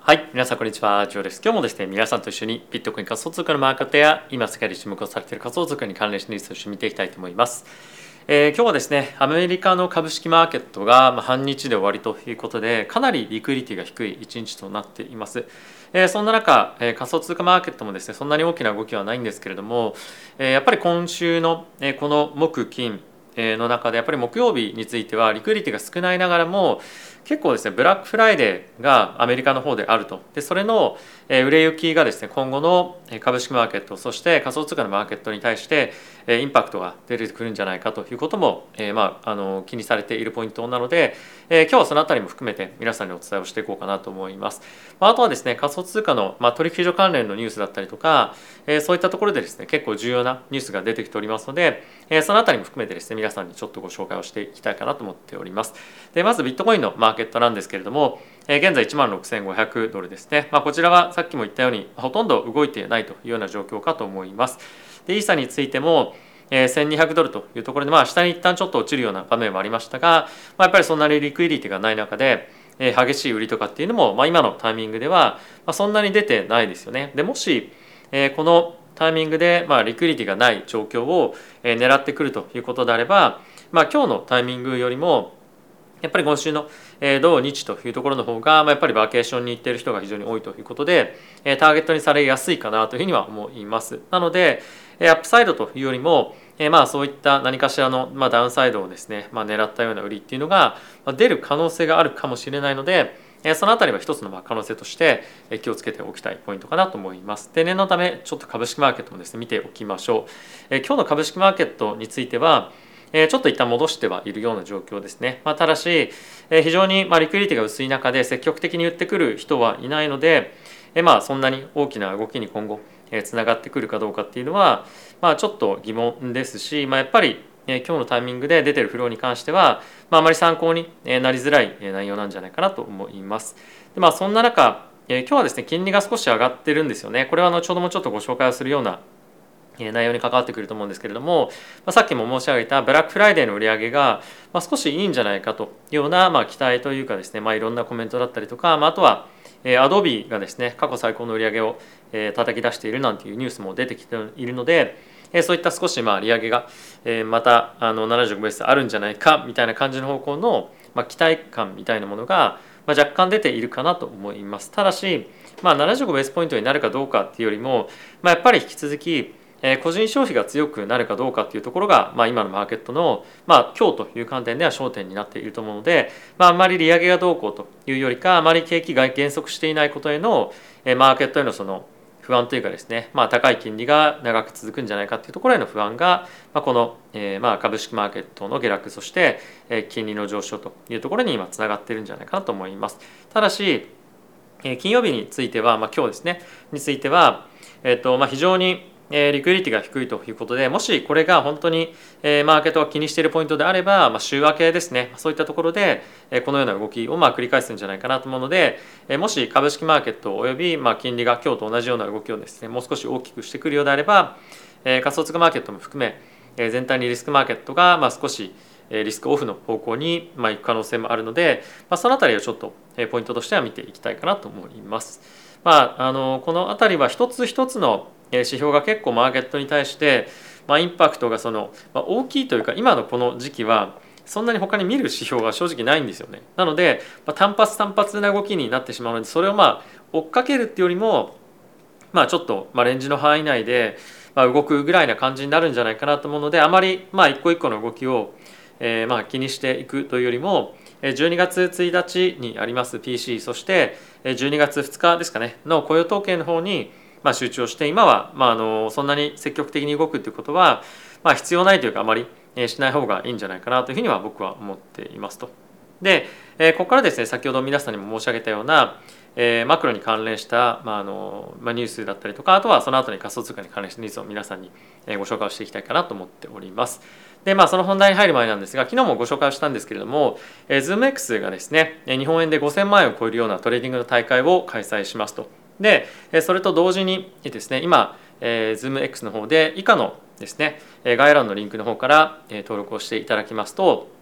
はい、皆さんこんにちは、ジョーです。今日もですね、皆さんと一緒にビットコイン仮想通貨のマーケットや今世界で注目をされている仮想通貨に関連したニュースを一緒に見ていきたいと思います。今日はですね、アメリカの株式マーケットが半日で終わりということで、かなりリクイリティが低い一日となっています。そんな中、仮想通貨マーケットもですね、そんなに大きな動きはないんですけれども、やっぱり今週のこの木金の中でやっぱり木曜日についてはリクイリティが少ないながらも結構ですねブラックフライデーがアメリカの方であると。でそれの売れ行きがですね今後の株式マーケットそして仮想通貨のマーケットに対してインパクトが出てくるんじゃないかということも気にされているポイントなので今日はそのあたりも含めて皆さんにお伝えをしていこうかなと思います。あとはですね仮想通貨の取引所関連のニュースだったりとかそういったところでですね結構重要なニュースが出てきておりますのでそのあたりも含めてですね皆さんにちょっとご紹介をしていきたいかなと思っております。でまずビットコインのマーケットなんですけれども現在16,500ドルですね。こちらはさっきも言ったようにほとんど動いていないというような状況かと思います。でイーサについても1200ドルというところで下に一旦ちょっと落ちるような場面もありましたがやっぱりそんなにリクイリティがない中で激しい売りとかっていうのも今のタイミングではそんなに出てないですよね。でもしこのタイミングでリクイリティがない状況を狙ってくるということであれば今日のタイミングよりもやっぱり今週の土日というところの方がやっぱりバケーションに行っている人が非常に多いということでターゲットにされやすいかなというふうには思います。なのでアップサイドというよりもそういった何かしらのダウンサイドをですね狙ったような売りっていうのが出る可能性があるかもしれないのでそのあたりは一つの可能性として気をつけておきたいポイントかなと思います。で念のためちょっと株式マーケットもですね見ておきましょう。今日の株式マーケットについてはちょっと一旦戻してはいるような状況ですね。ただし非常にリクイリティが薄い中で積極的に言ってくる人はいないのでそんなに大きな動きに今後つながってくるかどうかっていうのはちょっと疑問ですしやっぱり今日のタイミングで出てるフローに関してはあまり参考になりづらい内容なんじゃないかなと思います。でそんな中今日はですね金利が少し上がってるんですよね。これは後ほどもちょっとご紹介をするような内容に関わってくると思うんですけれどもさっきも申し上げたブラックフライデーの売り上げが少しいいんじゃないかというような期待というかですねいろんなコメントだったりとかあとはアドビがですね過去最高の売り上げを叩き出しているなんていうニュースも出てきているのでそういった少し利上げがまた75ベースあるんじゃないかみたいな感じの方向の期待感みたいなものが若干出ているかなと思います。ただし75ベースポイントになるかどうかっていうよりもやっぱり引き続き個人消費が強くなるかどうかっていうところが今のマーケットの今日という観点では焦点になっていると思うのであまり利上げがどうこうというよりかあまり景気が減速していないことへのマーケットへのその不安というかですね高い金利が長く続くんじゃないかっていうところへの不安がこの株式マーケットの下落そして金利の上昇というところに今つながっているんじゃないかなと思います。ただし金曜日については今日ですねについては非常にリクイリティが低いということでもしこれが本当にマーケットが気にしているポイントであれば週明けですねそういったところでこのような動きを繰り返すんじゃないかなと思うのでもし株式マーケットおよび金利が今日と同じような動きをですねもう少し大きくしてくるようであれば仮想通貨マーケットも含め全体にリスクマーケットが少しリスクオフの方向に行く可能性もあるのでそのあたりをちょっとポイントとしては見ていきたいかなと思います。このあたりは一つ一つの指標が結構マーケットに対してインパクトが大きいというか今のこの時期はそんなに他に見る指標が正直ないんですよね。なので単発な動きになってしまうのでそれを追っかけるっていうよりもちょっとレンジの範囲内で動くぐらいな感じになるんじゃないかなと思うのであまり一個一個の動きを気にしていくというよりも12月1日にあります PC そして12月2日ですかねの雇用統計の方に集中をして今はそんなに積極的に動くということは必要ないというかあまりしない方がいいんじゃないかなというふうには僕は思っていますと。でここからですね先ほど皆さんにも申し上げたようなマクロに関連したニュースだったりとかあとはその後に仮想通貨に関連したニュースを皆さんにご紹介をしていきたいかなと思っております。でその本題に入る前なんですが昨日もご紹介をしたんですけれども ZoomX がですね日本円で5000万円を超えるようなトレーディングの大会を開催しますと。でそれと同時にですね今 ZoomX の方で以下のですね概要欄のリンクの方から登録をしていただきますと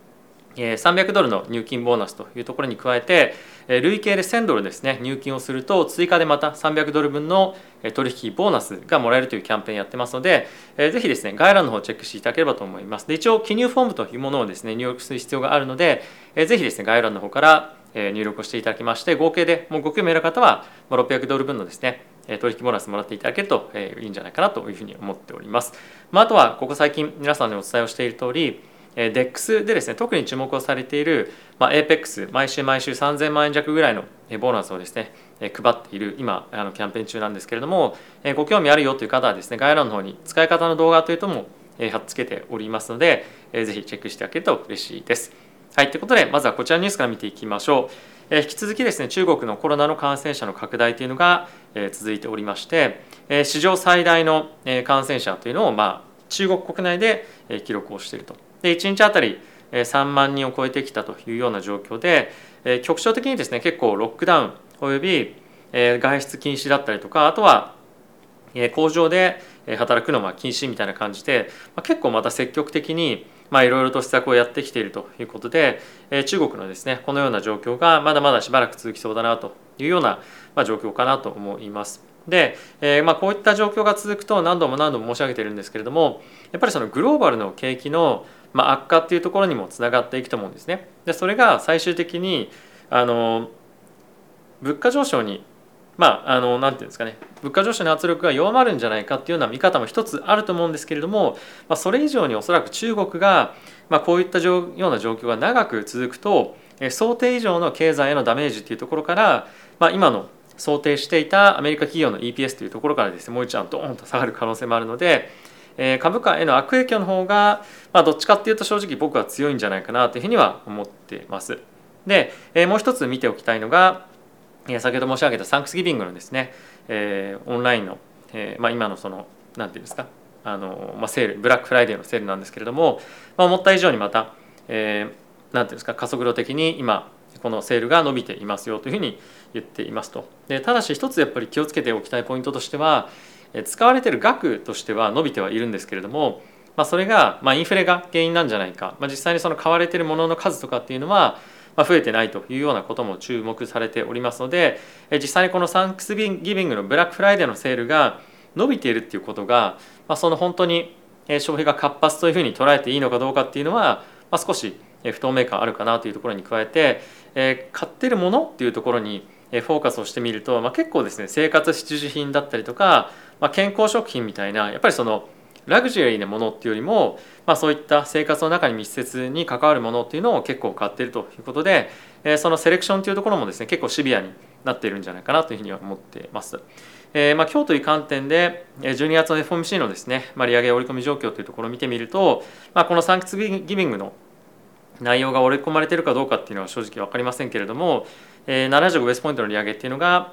300ドルの入金ボーナスというところに加えて、累計で1000ドルですね、入金をすると追加でまた300ドル分の取引ボーナスがもらえるというキャンペーンやってますので、ぜひですね、概要欄の方をチェックしていただければと思います。で、一応記入フォームというものをですね、入力する必要があるので、ぜひですね、概要欄の方から入力をしていただきまして、合計でもうご興味ある方は600ドル分のですね、取引ボーナスもらっていただけるといいんじゃないかなというふうに思っております。あとはここ最近皆さんにお伝えをしている通り、DEX でですね、特に注目をされている、APEX 毎週3000万円弱ぐらいのボーナスをですね、配っている今キャンペーン中なんですけれども、ご興味あるよという方はですね、概要欄の方に使い方の動画というとも貼っつけておりますので、ぜひチェックしていただけると嬉しいです。はい、ということでまずはこちらのニュースから見ていきましょう。引き続きですね、中国のコロナの感染者の拡大というのが続いておりまして、史上最大の感染者というのを中国国内で記録をしていると。で、1日あたり3万人を超えてきたというような状況で、局所的にですね、結構ロックダウンおよび外出禁止だったりとか、あとは工場で働くのも禁止みたいな感じで、結構また積極的にいろいろと施策をやってきているということで、中国のですね、このような状況がまだまだしばらく続きそうだなというような状況かなと思います。で、こういった状況が続くと何度も申し上げているんですけれども、やっぱりそのグローバルの景気の悪化っていうところにもつながっていくと思うんですね。で、それが最終的に物価上昇になんていうんですかね、物価上昇の圧力が弱まるんじゃないかっていうような見方も一つあると思うんですけれども、それ以上におそらく中国がこういったような状況が長く続くと、想定以上の経済へのダメージっていうところから、今の想定していたアメリカ企業の EPS というところからですね、もう一段ドーンと下がる可能性もあるので、株価への悪影響の方が、どっちかっていうと正直僕は強いんじゃないかなというふうには思っています。で、もう一つ見ておきたいのが、先ほど申し上げたサンクスギビングのですね、オンラインの、今のその何て言うんですか、セール、ブラックフライデーのセールなんですけれども、思った以上にまた、何て言うんですか、加速度的に今このセールが伸びていますよというふうに言っていますと。で、ただし一つやっぱり気をつけておきたいポイントとしては、使われている額としては伸びてはいるんですけれども、それがインフレが原因なんじゃないか、実際にその買われているものの数とかっていうのは増えてないというようなことも注目されておりますので、実際にこのサンクスギビングのブラックフライデーのセールが伸びているっていうことが、その本当に消費が活発というふうに捉えていいのかどうかっていうのは、少し不透明感あるかなというところに加えて、買っているものっていうところにフォーカスをしてみると、結構ですね、生活必需品だったりとか、健康食品みたいなやっぱりそのラグジュアリーなものっていうよりも、そういった生活の中に密接に関わるものっていうのを結構買っているということで、そのセレクションというところもですね、結構シビアになっているんじゃないかなというふうには思っています。今日という観点で12月の FOMC のですね、利上げ織り込み状況というところを見てみると、このサンクスギビングの内容が織り込まれているかどうかっていうのは正直分かりませんけれども、75ベースポイントの利上げっていうのが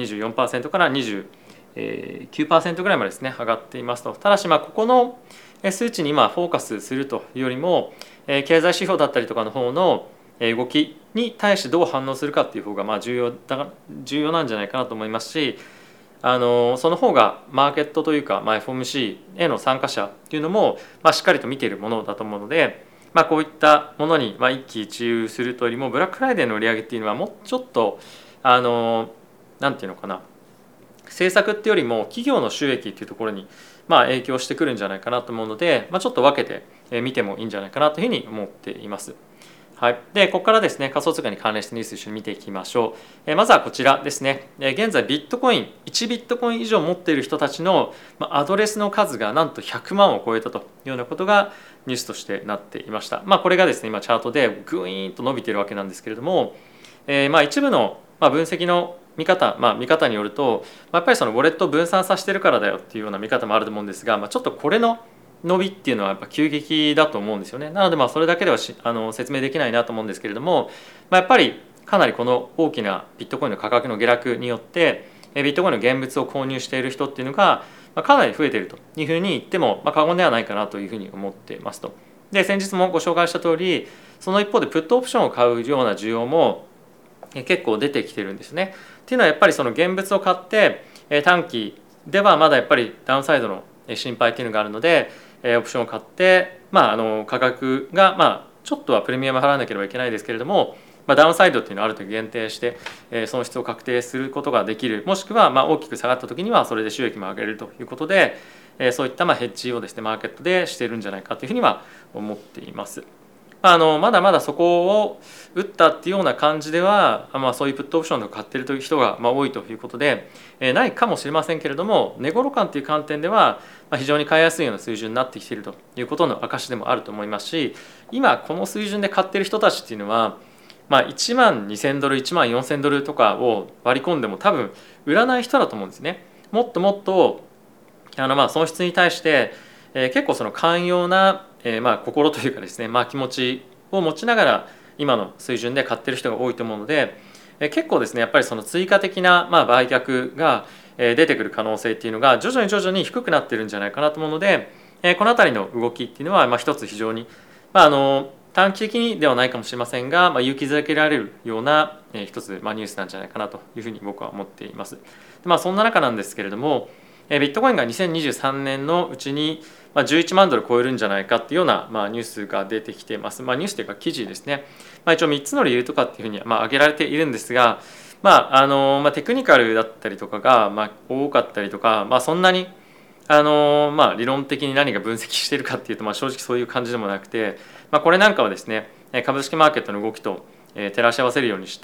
24% から29% ぐらいまでですね上がっていますと。ただしここの数値に今フォーカスするというよりも、経済指標だったりとかの方の動きに対してどう反応するかっていう方が重要なんじゃないかなと思いますし、その方がマーケットというか、FOMC への参加者っていうのもしっかりと見ているものだと思うので、こういったものに一喜一憂するというよりも、ブラックフライデーの売り上げっていうのはもうちょっとなんていうのかな、政策っていうよりも企業の収益っていうところに影響してくるんじゃないかなと思うので、ちょっと分けて見てもいいんじゃないかなというふうに思っています。はい、でここからですね、仮想通貨に関連したニュース一緒に見ていきましょう。まずはこちらですね。現在ビットコイン1ビットコイン以上持っている人たちのアドレスの数がなんと100万を超えたというようなことがニュースとしてなっていました。これがですね、今チャートでグイーンと伸びているわけなんですけれども、一部の分析の見方によると、やっぱりそのウォレットを分散させてるからだよっていうような見方もあると思うんですが、ちょっとこれの伸びっていうのはやっぱ急激だと思うんですよね。なのでそれだけでは説明できないなと思うんですけれども、やっぱりかなりこの大きなビットコインの価格の下落によってビットコインの現物を購入している人っていうのがかなり増えているというふうに言っても過言ではないかなというふうに思っていますと。で、先日もご紹介した通り、その一方でプットオプションを買うような需要も結構出てきてるんですね。っていうのはやっぱりその現物を買って短期ではまだやっぱりダウンサイドの心配っていうのがあるので、オプションを買って、価格がちょっとはプレミアム払わなければいけないですけれども、ダウンサイドっていうのをある程度限定して損失を確定することができる、もしくは大きく下がった時にはそれで収益も上げれるということで、そういったヘッジをですねマーケットでしているんじゃないかというふうには思っています。まだまだそこを打ったっていうような感じでは、そういうプットオプションを買っているという人が多いということで、ないかもしれませんけれども、値頃感という観点では非常に買いやすいような水準になってきているということの証でもあると思いますし、今この水準で買っている人たちっていうのは1万2000ドル1万4000ドルとかを割り込んでも多分売らない人だと思うんですね。もっともっと損失に対して結構その寛容な心というかですね、気持ちを持ちながら今の水準で買ってる人が多いと思うので、結構ですねやっぱりその追加的な売却が出てくる可能性っていうのが徐々に低くなってるんじゃないかなと思うので、この辺りの動きっていうのは一つ非常に短期的にではないかもしれませんが、勇気づけられるような一つニュースなんじゃないかなというふうに僕は思っています。そんな中なんですけれども、ビットコインが2023年のうちに11万ドル超えるんじゃないかっていうようなニュースが出てきています。ニュースというか記事ですね。一応3つの理由とかっていうふうに挙げられているんですが、テクニカルだったりとかが多かったりとか、そんなに理論的に何が分析しているかっていうと、正直そういう感じでもなくて、これなんかはですね株式マーケットの動きと照らし合わせるようにして、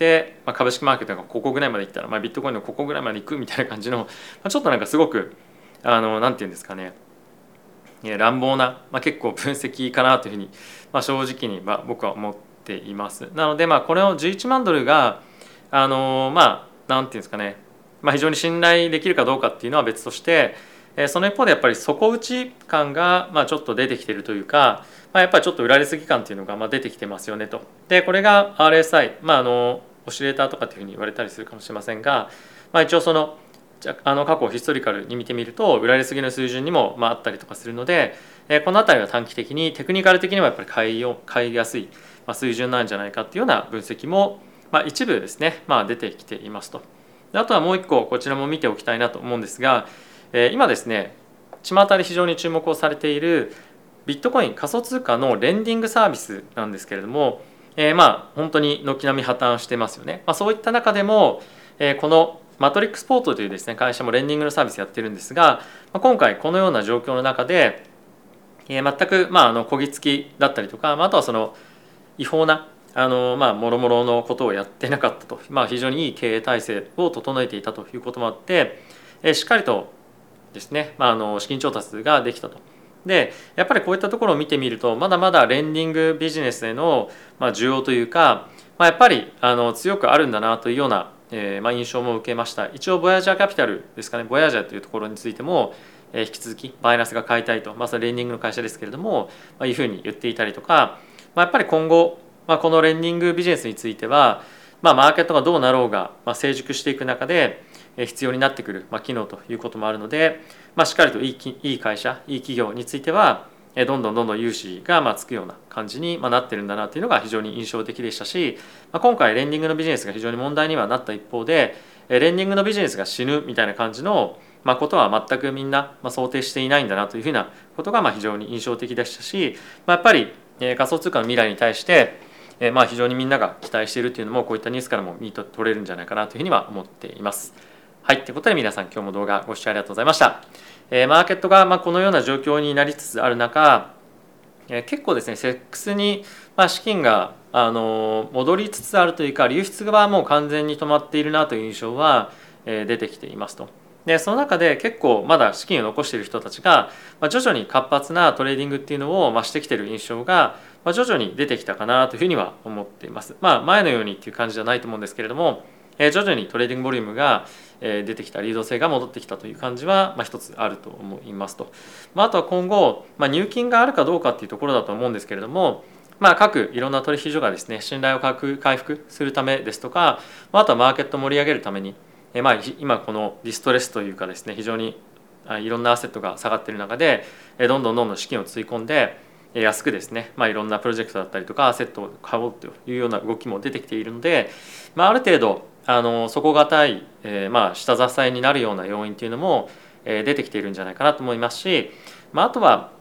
株式マーケットがここぐらいまでいったら、ビットコインのここぐらいまでいくみたいな感じの、ちょっとなんかすごくなんていうんですかね、乱暴な、結構分析かなというふうに、正直に僕は思っています。なのでこれを11万ドルがなんていうんですかね、非常に信頼できるかどうかっていうのは別として、その一方でやっぱり底打ち感がちょっと出てきているというか、やっぱりちょっと売られすぎ感っていうのが出てきてますよねと。でこれが RSI、オシレーターとかっていうふうに言われたりするかもしれませんが、一応その過去ヒストリカルに見てみると売られすぎの水準にもあったりとかするので、この辺りは短期的にテクニカル的にはやっぱり買いやすい水準なんじゃないかっていうような分析も一部ですね出てきていますと。あとはもう一個こちらも見ておきたいなと思うんですが、今ですね巷で非常に注目をされているビットコイン仮想通貨のレンディングサービスなんですけれども、本当に軒並み破綻してますよね。そういった中でもこのマトリックスポートというですね会社もレンディングのサービスやってるんですが、今回このような状況の中で全くこぎつきだったりとか、あとはその違法なもろもろのことをやってなかったと、非常にいい経営体制を整えていたということもあって、しっかりとですね、資金調達ができたと。でやっぱりこういったところを見てみるとまだまだレンディングビジネスへの需要というか、やっぱり強くあるんだなというような印象も受けました。一応ボヤージャーキャピタルですかね、ボヤージャーというところについても引き続きバイナスが買いたいと、それレンディングの会社ですけれども、いうふうに言っていたりとか、やっぱり今後このレンディングビジネスについては、マーケットがどうなろうが成熟していく中で必要になってくる機能ということもあるので、しっかりといい会社いい企業についてはどんどん融資がつくような感じになってるんだなというのが非常に印象的でしたし、今回レンディングのビジネスが非常に問題にはなった一方で、レンディングのビジネスが死ぬみたいな感じのことは全くみんな想定していないんだなというふうなことが非常に印象的でしたし、やっぱり仮想通貨の未来に対して非常にみんなが期待しているというのもこういったニュースからも見と取れるんじゃないかなというふうには思っています。はい、ということで皆さん今日も動画ご視聴ありがとうございました。マーケットがこのような状況になりつつある中、結構ですねセックスに資金が戻りつつあるというか、流出がもう完全に止まっているなという印象は出てきていますと。でその中で結構まだ資金を残している人たちが徐々に活発なトレーディングっていうのを増してきている印象が徐々に出てきたかなというふうには思っています。前のようにっていう感じじゃないと思うんですけれども、徐々にトレーディングボリュームが出てきた、流動性が戻ってきたという感じは一つあると思いますと。あとは今後入金があるかどうかっていうところだと思うんですけれども、各いろんな取引所がですね信頼を回復するためですとか、あとはマーケットを盛り上げるために今このディストレスというかですね、非常にいろんなアセットが下がっている中でどんどん資金をつぎ込んで安くですね、いろんなプロジェクトだったりとかアセットを買おうというような動きも出てきているので、ある程度底堅い下支えになるような要因というのも出てきているんじゃないかなと思いますし、あとは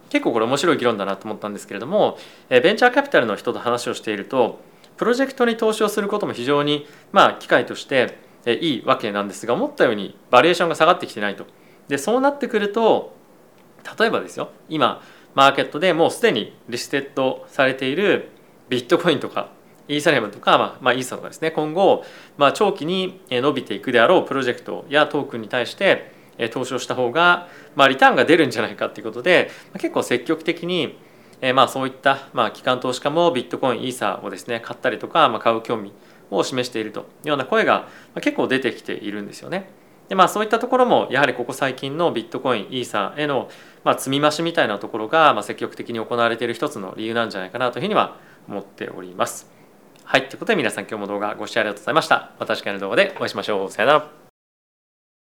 結構これ面白い議論だなと思ったんですけれども、ベンチャーキャピタルの人と話をしていると、プロジェクトに投資をすることも非常に機会としていいわけなんですが、思ったようにバリエーションが下がってきてないと。でそうなってくると、例えばですよ、今マーケットでもうすでにリステッドされているビットコインとかイーサリアムとか、イーサとかですね、今後、長期に伸びていくであろうプロジェクトやトークンに対して投資をした方が、リターンが出るんじゃないかということで、結構積極的にそういった機関投資家もビットコインイーサをですね買ったりとか、買う興味を示しているというような声が結構出てきているんですよね。でそういったところもやはりここ最近のビットコインイーサへの積み増しみたいなところが積極的に行われている一つの理由なんじゃないかなというふうには思っております。はい、ということで皆さん今日も動画ご視聴ありがとうございました。また次回の動画でお会いしましょう。さよなら。